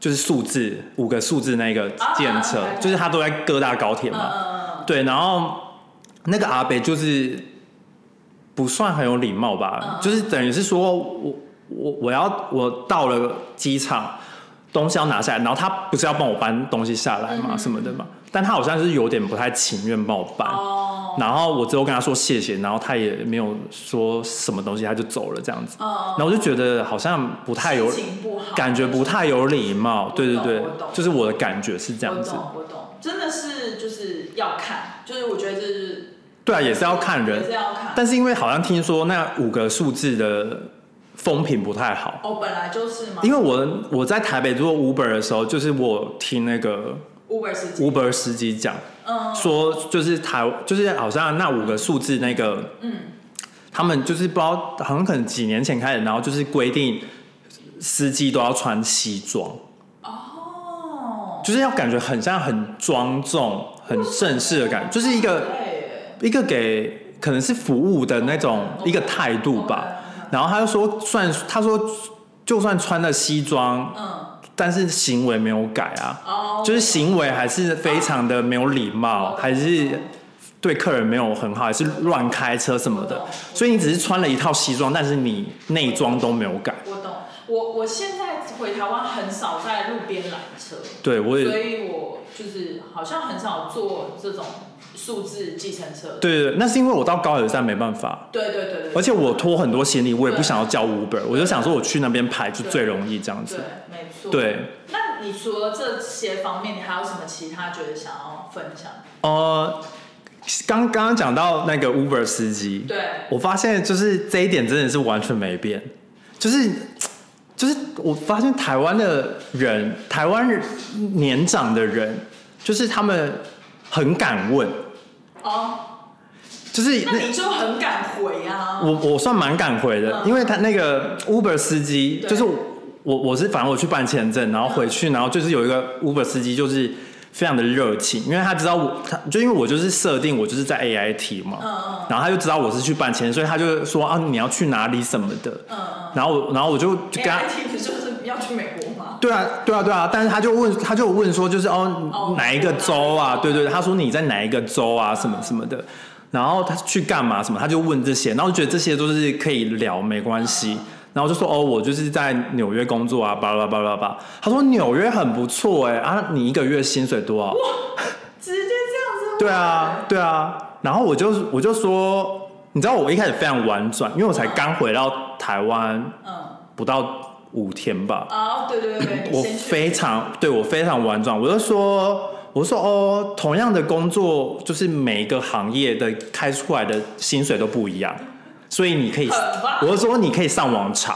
就是数字五个数字那个计程车，啊、就是他都在各大高铁嘛，啊、对，然后那个阿伯就是不算很有礼貌吧，啊、就是等于是说我我我要我到了机场，东西要拿下来，然后他不是要帮我搬东西下来嘛、嗯、什么的嘛，但他好像是有点不太情愿帮我搬。哦然后我之后跟他说谢谢，然后他也没有说什么东西，他就走了这样子。哦、然后我就觉得好像不太有，感觉不太有礼貌。对对对，就是我的感觉是这样子。 我懂，我懂，真的是就是要看，就是我觉得这是。 对啊，也是要看人， 也是要看。 但是因为好像听说那五个数字的风评不太好。 哦，本来就是吗？ 因为我我在台北做 Uber 的时候，就是我听那个。 Uber 司机 Uber 司机讲，嗯，说就是台就是好像那五个数字那个，嗯，他们就是不知道好像可能几年前开始，然后就是规定司机都要穿西装，哦，就是要感觉很像很庄重、很正式的感觉，就是一个一个给可能是服务的那种一个态度吧。然后他就说，算他说就算穿了西装，嗯。但是行为没有改啊， oh, 就是行为还是非常的没有礼貌， oh, 还是对客人没有很好，还是乱开车什么的。Oh, 所以你只是穿了一套西装，但是你内装都没有改。 我懂，我我现在回台湾很少在路边拦车， 对我也， 所以我就是好像很少坐这种数字计程车。 对对对，那是因为我到高铁站没办法。 对对 对, 对而且我拖很多行李，我也不想要叫 Uber， 我就想说我去那边排就最容易这样子。 对，没错。 对。 那你除了这些方面，你还有什么其他觉得想要分享？ 呃，刚刚刚讲到那个 Uber 司机， 对， 我发现就是这一点真的是完全没变，就是就是我发现台湾的人，台湾年长的人，就是他们很敢问。哦。就是那你就很敢回啊！ 我我算蛮敢回的，嗯、因为他那个 Uber 司机，就是我我是反正我去办签证，然后回去，然后就是有一个 Uber 司机，就是非常的热情，因为他知道我，他就因为我就是设定我就是在 A I T 嘛，嗯嗯，然后他就知道我是去办签，所以他就说啊你要去哪里什么的，嗯嗯，然后然后我就就跟他 A I T 不就是要去美国吗？ 对啊对啊对啊，但是他就问他就问说就是哦、oh, 哪一个州啊？对对，他说你在哪一个州啊？什么什么的。然后他去干嘛什么，他就问这些，然后我觉得这些都是可以聊，没关系。然后就说哦，我就是在纽约工作啊，巴拉巴拉巴拉。他说纽约很不错哎，啊，你一个月薪水多少？哇， 直接这样子？ 对啊，对啊。然后我就我就说，你知道我一开始非常婉转，因为我才刚回到台湾，嗯，不到五天吧。 哦，对对对， 我非常对我非常婉转，我就说。我说哦，同样的工作，就是每一个行业的开出来的薪水都不一样，所以你可以，我就说你可以上网查。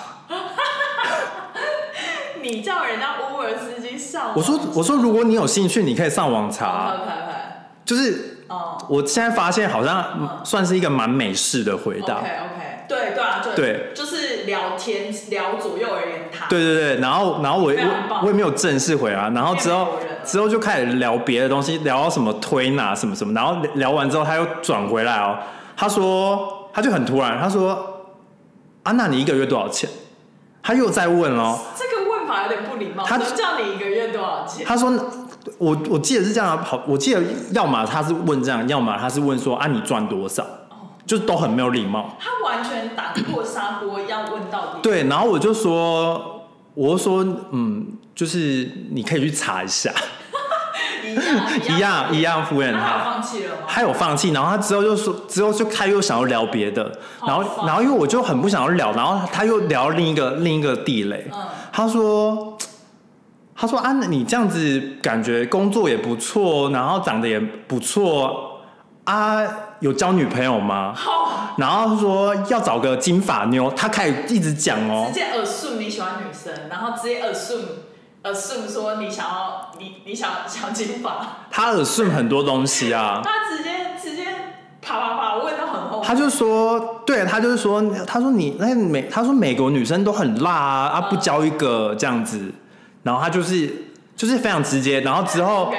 你叫人家 Uber 司机上网查？ 我说我说如果你有兴趣，你可以上网查。 Okay, okay. 就是，哦，我现在发现好像算是一个蛮美式的回答。 OK OK， 对对啊，对，就是聊天聊左右而言他。 对对对，然后然后我我我也没有正式回答，然后之后。之后就开始聊别的东西，聊到什么推拿什么什么，然后聊完之后他又转回来哦，他说他就很突然，他说啊，那你一个月多少钱？他又在问哦， 这个问法有点不礼貌。他叫你一个月多少钱？ 他说我我记得是这样，好，我记得要么他是问这样，要么他是问说啊你赚多少，哦、就都很没有礼貌。 他完全打破砂锅要问到底。 对，然后我就说，我就说嗯，就是你可以去查一下。一样一样敷衍他， 他有放弃了吗？ 他有放弃，然后他之后就说，之后就他又想要聊别的，然后然后因为我就很不想要聊，然后他又聊另一个另一个地雷，嗯、他说他说啊，你这样子感觉工作也不错，然后长得也不错啊，有交女朋友吗？然后他说要找个金发妞，他开始一直讲哦， 直接assume你喜欢女生，然后直接assume。assume 说你想要你你想想金发， 他 assume 很多东西啊， 他直接直接啪啪啪问到很后面， 他就说，对他就是说，他说你那美，他说美国女生都很辣啊，啊不交一个这样子，然后他就是就是非常直接，然后之后。Okay.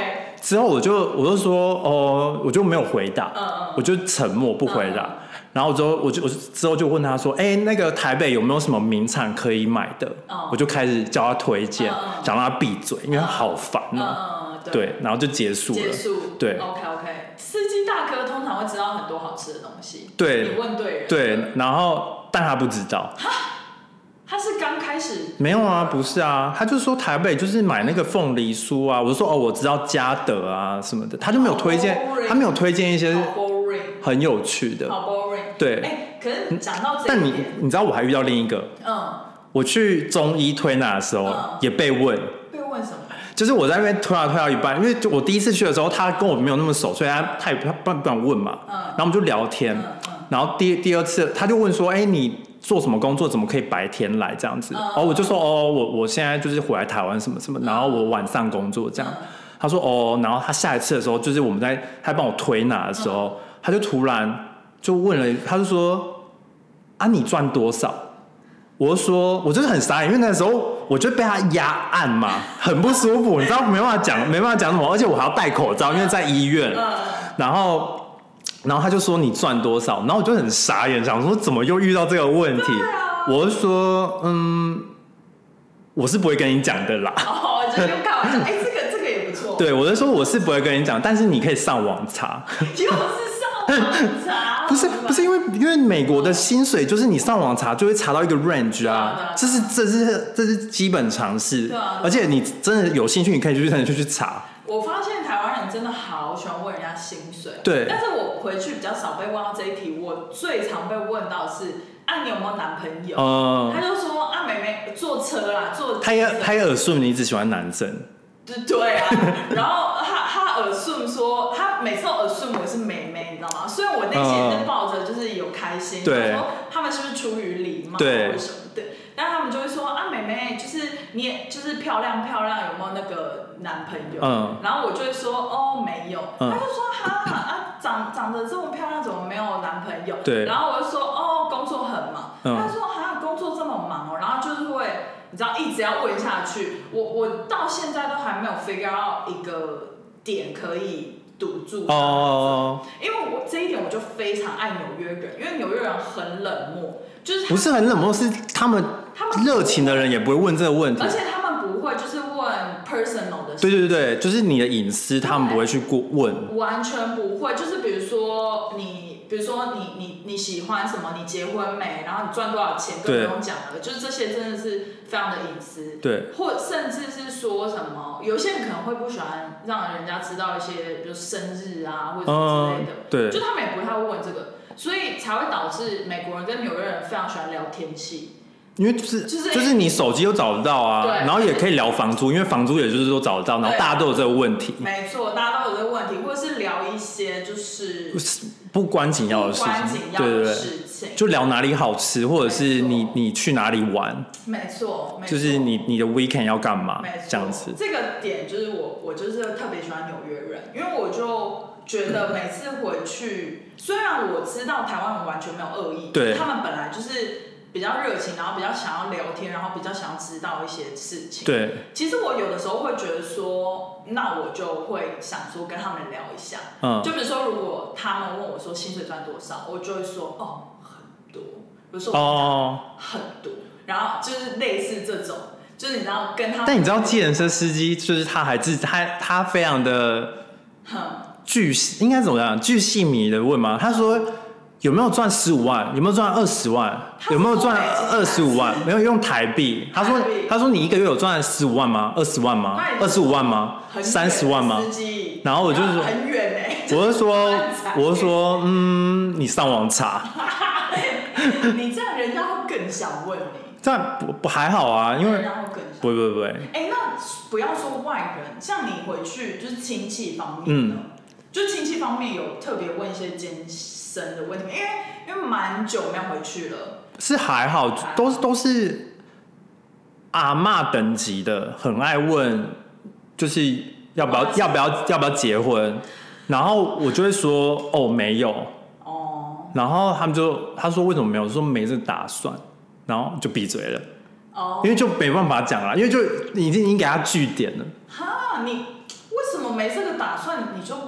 之后我就我就说哦，我就没有回答，嗯嗯我就沉默不回答。嗯嗯然后之后我就我之后就问他说，哎、欸，那个台北有没有什么名产可以买的？嗯、我就开始叫他推荐，讲、嗯、让他闭嘴，因为他好烦哦、喔嗯。对，然后就结束了。 结束。 对。 OK OK， 司机大哥通常会知道很多好吃的东西。 对。 你问对人。 对，然后但他不知道。 哈？他是刚开始？ 没有啊，不是啊，他就说台北就是买那个凤梨酥啊，我就说哦，我知道嘉德啊什么的，他就没有推荐，他没有推荐一些很有趣的。 好 boring。对。哎、欸，可是讲到这一点， 但你你知道我还遇到另一个，嗯，我去中医推拿的时候、嗯、也被问。 被问什么？ 就是我在那边推拿推到一半，因为我第一次去的时候，他跟我没有那么熟，所以他他也他不不敢问嘛，嗯，然后我们就聊天，嗯嗯、然后第第二次他就问说，哎、欸，你做什么工作？怎么可以白天来这样子？然后、嗯、我就说，哦，我我现在就是回来台湾什么什么，然后我晚上工作这样。嗯、他说，哦，然后他下一次的时候，就是我们在他帮我推拿的时候，嗯、他就突然就问了，他就说，啊，你赚多少？我就说，我就是很傻眼，因为那时候我就被他压按嘛，很不舒服，你知道没办法讲，没办法讲什么，而且我还要戴口罩，因为在医院。嗯、然后。然后他就说你赚多少，然后我就很傻眼，想说怎么又遇到这个问题？啊、我就说嗯，我是不会跟你讲的啦。 哦，就用开玩笑，哎，这个这个也不错。 对，我就说我是不会跟你讲，但是你可以上网查。 又是上网查？ 不是不是因为因为美国的薪水就是你上网查就会查到一个 range 啊，这是这是这是基本常识。对啊。而且你真的有兴趣，你可以去真的就去查。 我发现台湾人真的好喜欢问人家薪水， 对。 但是我回去比较少被问到这一题，我最常被问到的是，啊，你有没有男朋友？嗯、他就说啊，妹妹坐车啦，坐。 他也他也耳顺你只喜欢男生。 对啊，然后他他耳顺说，他每次都耳顺我是妹妹，你知道吗？所以我内心是抱着就是有开心，对，说他们是不是出于礼貌，对，或什么的。但他们就会说啊，妹妹，就是你也就是漂亮漂亮，有没有那个男朋友？嗯，然后我就会说哦没有，嗯、他就说哈啊长长得这么漂亮，怎么没有男朋友？对，然后我就说哦工作很忙，嗯、他说哈工作这么忙哦，然后就是会你知道一直要问下去，我我到现在都还没有 figure out 一个点可以堵住哦，因为我这一点我就非常爱纽约人，因为纽约人很冷漠。就是不是很冷漠，是他们热情的人也不会问这个问题， 而且他们不会就是问 personal 的事情。 对对对，就是你的隐私，他们不会去过问， 完全不会。就是比如说你，比如说你你你喜欢什么，你结婚没，然后你赚多少钱，更不用讲了，就是这些真的是非常的隐私。对，或甚至是说什么，有些人可能会不喜欢让人家知道一些，比如生日啊或者什么之类的，嗯、对，就他们也不太会问这个。所以才会导致美国人跟纽约人非常喜欢聊天气， 因为就是就是就是你手机都找得到啊，然后也可以聊房租，因为房租也就是说找得到，然后大家都有这个问题。 没错，大家都有这个问题，或者是聊一些就是不关紧要的事情，对对对，就聊哪里好吃，或者是你你去哪里玩， 没错， 就是你你的 weekend 要干嘛，这样子。 这个点就是我我就是特别喜欢纽约人，因为我就。觉得每次回去，虽然我知道台湾人完全没有恶意，对，他们本来就是比较热情，然后比较想要聊天，然后比较想要知道一些事情。对，其实我有的时候会觉得说，那我就会想说跟他们聊一下，嗯，就比如说如果他们问我说薪水赚多少，我就会说哦很多，比如说哦很多，然后就是类似这种，就是你知道跟他们。 但你知道计程车司机就是他还是他他非常的，哼。巨应该怎么样？巨细靡的问吗？他说有没有赚十五万？有没有赚二十万？有没有赚二十五万？没有用台币。他说他说你一个月有赚十五万吗？二十万吗？二十五万吗？三十万吗？然后我就说很远哎、欸。 我就说我就说嗯，你上网查。 你这样人家会更想问你。 这样不不还好啊？因为不不不。 哎、欸，那不要说外人，像你回去就是亲戚方面的。嗯就亲戚方面有特别问一些艰深的问题，因为因为蛮久没有回去了。 是还好，都是都是阿嬷等级的，很爱问，就是要不要要不要要不要结婚，然后我就会说哦没有，哦，然后他们就他说为什么没有，说没这个打算，然后就闭嘴了，哦，因为就没办法讲了，因为就已经已经给他据点了。 哈，你为什么没这个打算？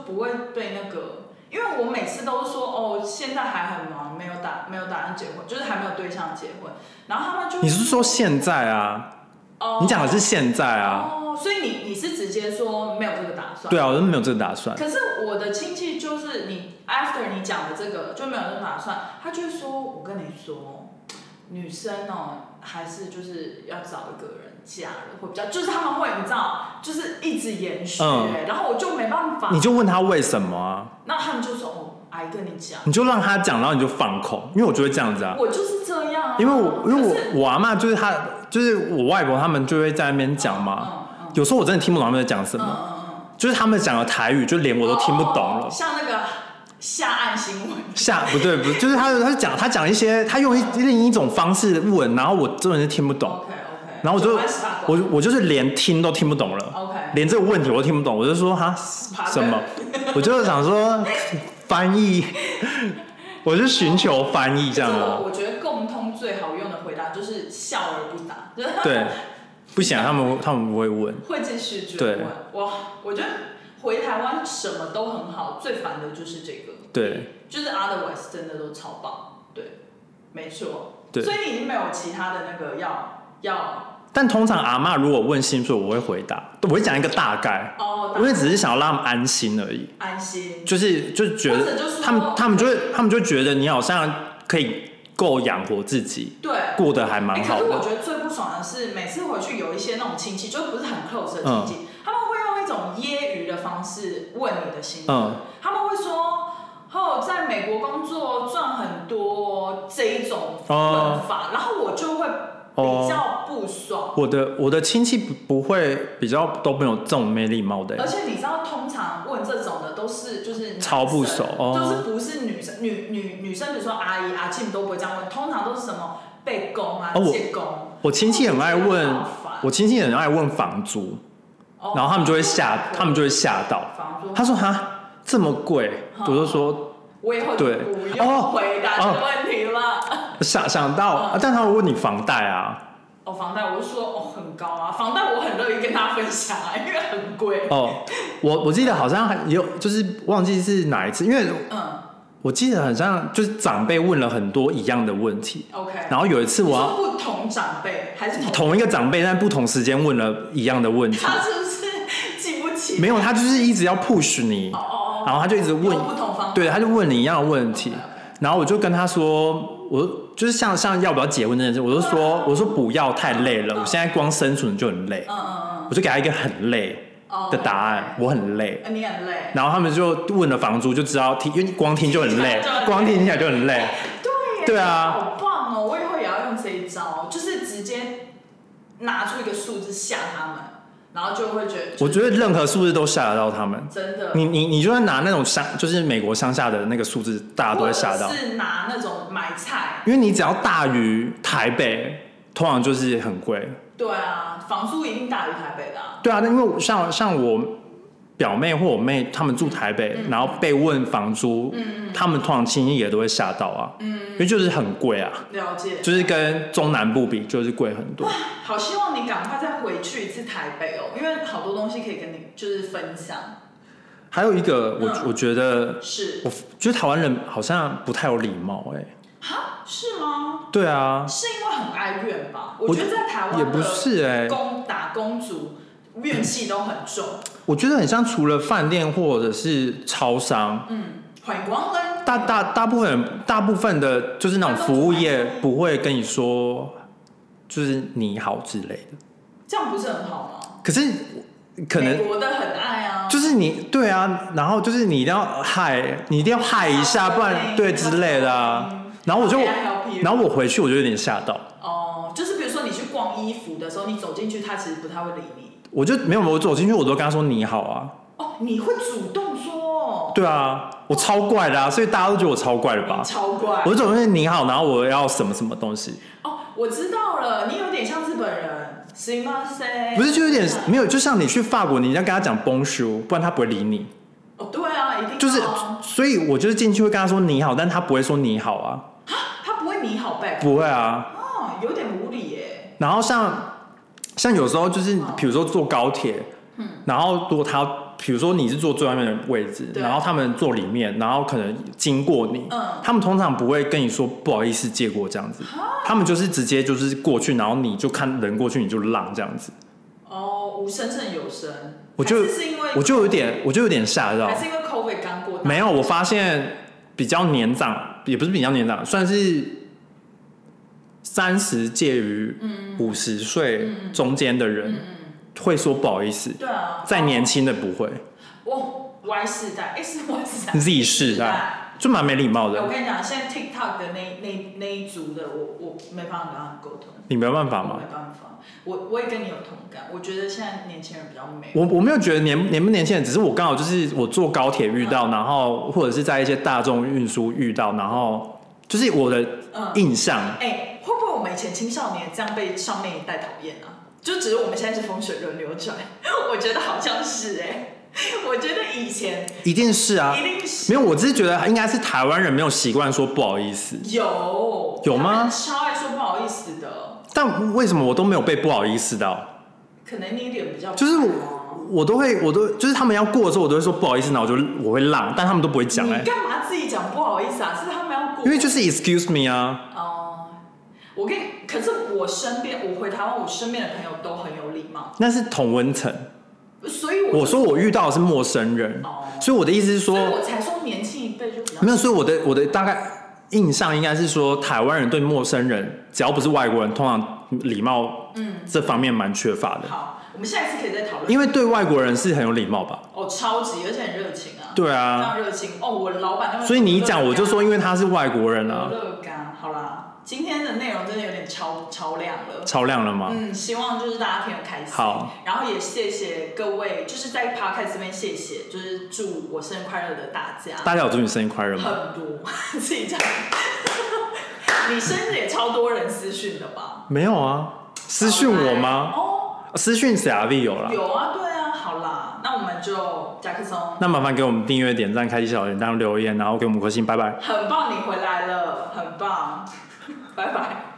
不会被那个，因为我每次都是说哦，现在还很忙，没有打没有打算结婚，就是还没有对象结婚，然后他们就你是说现在啊？哦，你讲的是现在啊？ 哦，所以你你是直接说没有这个打算？ 对啊，我是没有这个打算。 可是我的亲戚就是你 after 你讲的这个就没有这个打算，他就会说，我跟你说，女生哦还是就是要找一个人嫁了会比较，就是他们会你知道，就是一直延续、嗯，然后我就没办法。 你就问他为什么啊？ 那他们就说哦，阿姨跟你讲， 你就让他讲，然后你就放空，因为我就会这样子啊。 我就是这样啊， 因为我因为我我阿嬷就是她，就是我外婆他们就会在那边讲嘛、嗯嗯嗯，有时候我真的听不懂他们在讲什么、嗯嗯嗯，就是他们讲的台语，就连我都听不懂了。哦、 像那个下岸新闻， 下不对不，就是他他讲他讲一些，他用一另一种方式问，然后我真的是听不懂。 OK OK， 然后我就我我就是连听都听不懂了。 OK， 连这个问题我都听不懂，我就说哈什么，我就想说翻译。我是寻求翻译这样的。 我觉得共通最好用的回答就是笑而不答。 对，不行，他们他们不会问， 会继续追问。哇，我觉得回台湾什么都很好，最烦的就是这个。 对， 就是 otherwise 真的都超棒。对，没错。 对， 所以你已经没有其他的那个要要。 但通常阿嬷如果问星座，我会回答，我会讲一个大概，哦，因为只是想要让他们安心而已。 安心， 就是就是觉得他们他们就会他们就觉得你好像可以够养活自己， 对， 过得还蛮好的。 欸、可是我觉得最不爽的是，每次回去有一些那种亲戚，就不是很 close 的亲戚、嗯，他们会用一种揶揄的方式问你的星座、嗯，他们会说。哦，在美国工作赚很多这一种问法、哦，然后我就会比较不爽。 哦、我的我的亲戚不会比较都没有这种没礼貌的， 而且你知道，通常问这种的都是就是超不熟，哦、 就是不是女生女女女生，比如说阿姨阿庆都不会这样问，通常都是什么被公啊、借公、哦。 我亲戚很爱问，我亲戚很爱问房租，哦、然后他们就会吓，他們就會嚇到。他說哈。這麼貴，我就說， 我以後就不用回答這個問題了。哦、 想想到、嗯，但他會問你房貸啊。 哦，房貸，我就說哦很高啊，房貸我很樂意跟他分享啊，因為很貴。 哦，我我記得好像還有，就是忘記是哪一次，因為嗯，我記得好像就是長輩問了很多一樣的問題。OK。然後有一次我要不同長輩還是同同一個長輩，但不同時間問了一樣的問題。 他是不是記不起？ 沒有，他就是一直要 push 你。哦。然後他就一直問，對，他就問你一樣的問題， okay, okay. 然後我就跟他說，我就是像像要不要結婚這件事，我就說，我說不要太累了，我現在光生存就很累，我就給他一個很累的答案，我很累， 你很累， 然後他們就問了房租，就知道聽，因為光聽就很累，光聽起來就很累， 對， 對啊， 好棒哦，我以後也要用這一招，就是直接拿出一個數字嚇他們。然後就會覺得， 我覺得任何數字都嚇得到他們。 真的， 你你你就算拿那種鄉，就是美國鄉下的那個數字，大家都會嚇到。 或者是拿那種買菜， 因為你只要大於台北，通常就是很貴。 對啊，房租一定大於台北的、啊。 對啊，因為像像我表妹或我妹，他們住台北，嗯、然後被問房租，嗯、他們通常親戚也都會嚇到啊。嗯。因為就是很貴啊。 了解。 就是跟中南部比，就是貴很多。 好希望你趕快再回去一次台北哦，因為好多東西可以跟你就是分享。 還有一個，我、嗯、我覺得是， 我覺得台灣人好像不太有禮貌哎。 哈？是嗎？ 對啊。 是因為很愛怨吧？我覺得在台灣也不是哎， 工打工族怨氣都很重。 我覺得很像，除了飯店或者是超商， 嗯，歡迎光臨。 大大大部分人，大部分的，就是那種服務業不會跟你說，就是你好之類的。 這樣不是很好嗎？ 可是可能美國的很愛啊。就是你對啊，然後就是你一定要嗨，你一定要嗨一下，不然對之類的啊。然後我就，然後我回去我就有點嚇到。 哦，就是比如說你去逛衣服的時候，你走進去，他其實不太會理你。 我就沒有，我走進去我都跟他說你好啊。 哦，你會主動說？對啊，我超怪的啊，所以大家都覺得我超怪的吧？ 超怪。 我就走進去你好，然後我要什麼什麼東西。 哦，我知道了，你有點像日本人，すいません。 不是，就有點沒有，就像你去法國，你要跟他講 bonjour，不然他不會理你。 哦，對啊，一定、啊。 就是，所以我就是進去會跟他說你好，但他不會說你好啊。 哈，他不會你好 back？ 不會啊。 哦，有點無理耶。 然後像像有時候就是，比如說坐高鐵，嗯，然後如果他要比如说你是坐最外面的位置，然后他们坐里面，然后可能经过你， 嗯、 他们通常不会跟你说不好意思借过这样子，他们就是直接就是过去，然后你就看人过去你就让这样子。 哦，无声胜有声。 我就我就有点我就有点吓到。 还是因为 COVID 刚过？ 没有，我发现比较年长，也不是比较年长，算是三十介于五十岁中间的人。嗯嗯会说不好意思， 对啊， 再年轻的不会。 哦 ，Y 世代，哎，是 Y 世代 ，Z 世代，就蛮没礼貌的。 我跟你讲，现在 TikTok 的那那那一族的，我我没办法跟他们沟通。 你没有办法吗？ 我没办法，我我也跟你有同感。我觉得现在年轻人比较美。 我我没有觉得年年不年轻人，只是我刚好就是我坐高铁遇到，嗯、然后或者是在一些大众运输遇到，然后就是我的印象。 哎、嗯欸，会不会我们以前青少年这样被上面一代讨厌啊？就只是我们现在是风水轮流转，我觉得好像是哎、欸，我觉得以前一定是啊， 一定是没有，我只是觉得应该是台湾人没有习惯说不好意思。 有有吗？ 超爱说不好意思的。 但为什么我都没有被不好意思到？ 可能你脸比较就是我，我都会，我都就是他们要过的时候，我都会说不好意思，然后我就我会让，但他们都不会讲。哎， 你干嘛自己讲不好意思啊？是他们要过， 因为就是 excuse me 啊。 哦，我跟你，可是我身边，我回台湾，我身边的朋友都很有礼貌。 那是同温层， 所以我我说我遇到的是陌生人，哦、所以我的意思是说， 所以我才说年轻一辈就比较没有，所以我的我的大概印象应该是说，台湾人对陌生人，只要不是外国人，通常礼貌嗯这方面蛮缺乏的。 好，我们下一次可以再讨论。 因为对外国人是很有礼貌吧？ 哦，超级，而且很热情啊。 对啊， 非常热情哦。我的老板那边， 所以你一讲我就说，因为他是外国人啊。 乐干，好啦。今天的内容真的有点超超亮了， 超亮了吗？ 嗯，希望就是大家听得开心。 好， 然后也谢谢各位，就是在 Podcast 这边谢谢，就是祝我生日快乐的大家。 大家有祝你生日快乐吗？ 很多，自己讲。你生日也超多人私讯的吧？ 没有啊，私讯我吗？ 哦， 私讯小 V 有啦。 有啊，对啊，好啦，那我们就甲壳虫。 那麻烦给我们订阅、点赞、开启小铃铛、留言，然后给我们颗星，拜拜。 很棒，你回来了，很棒。拜拜。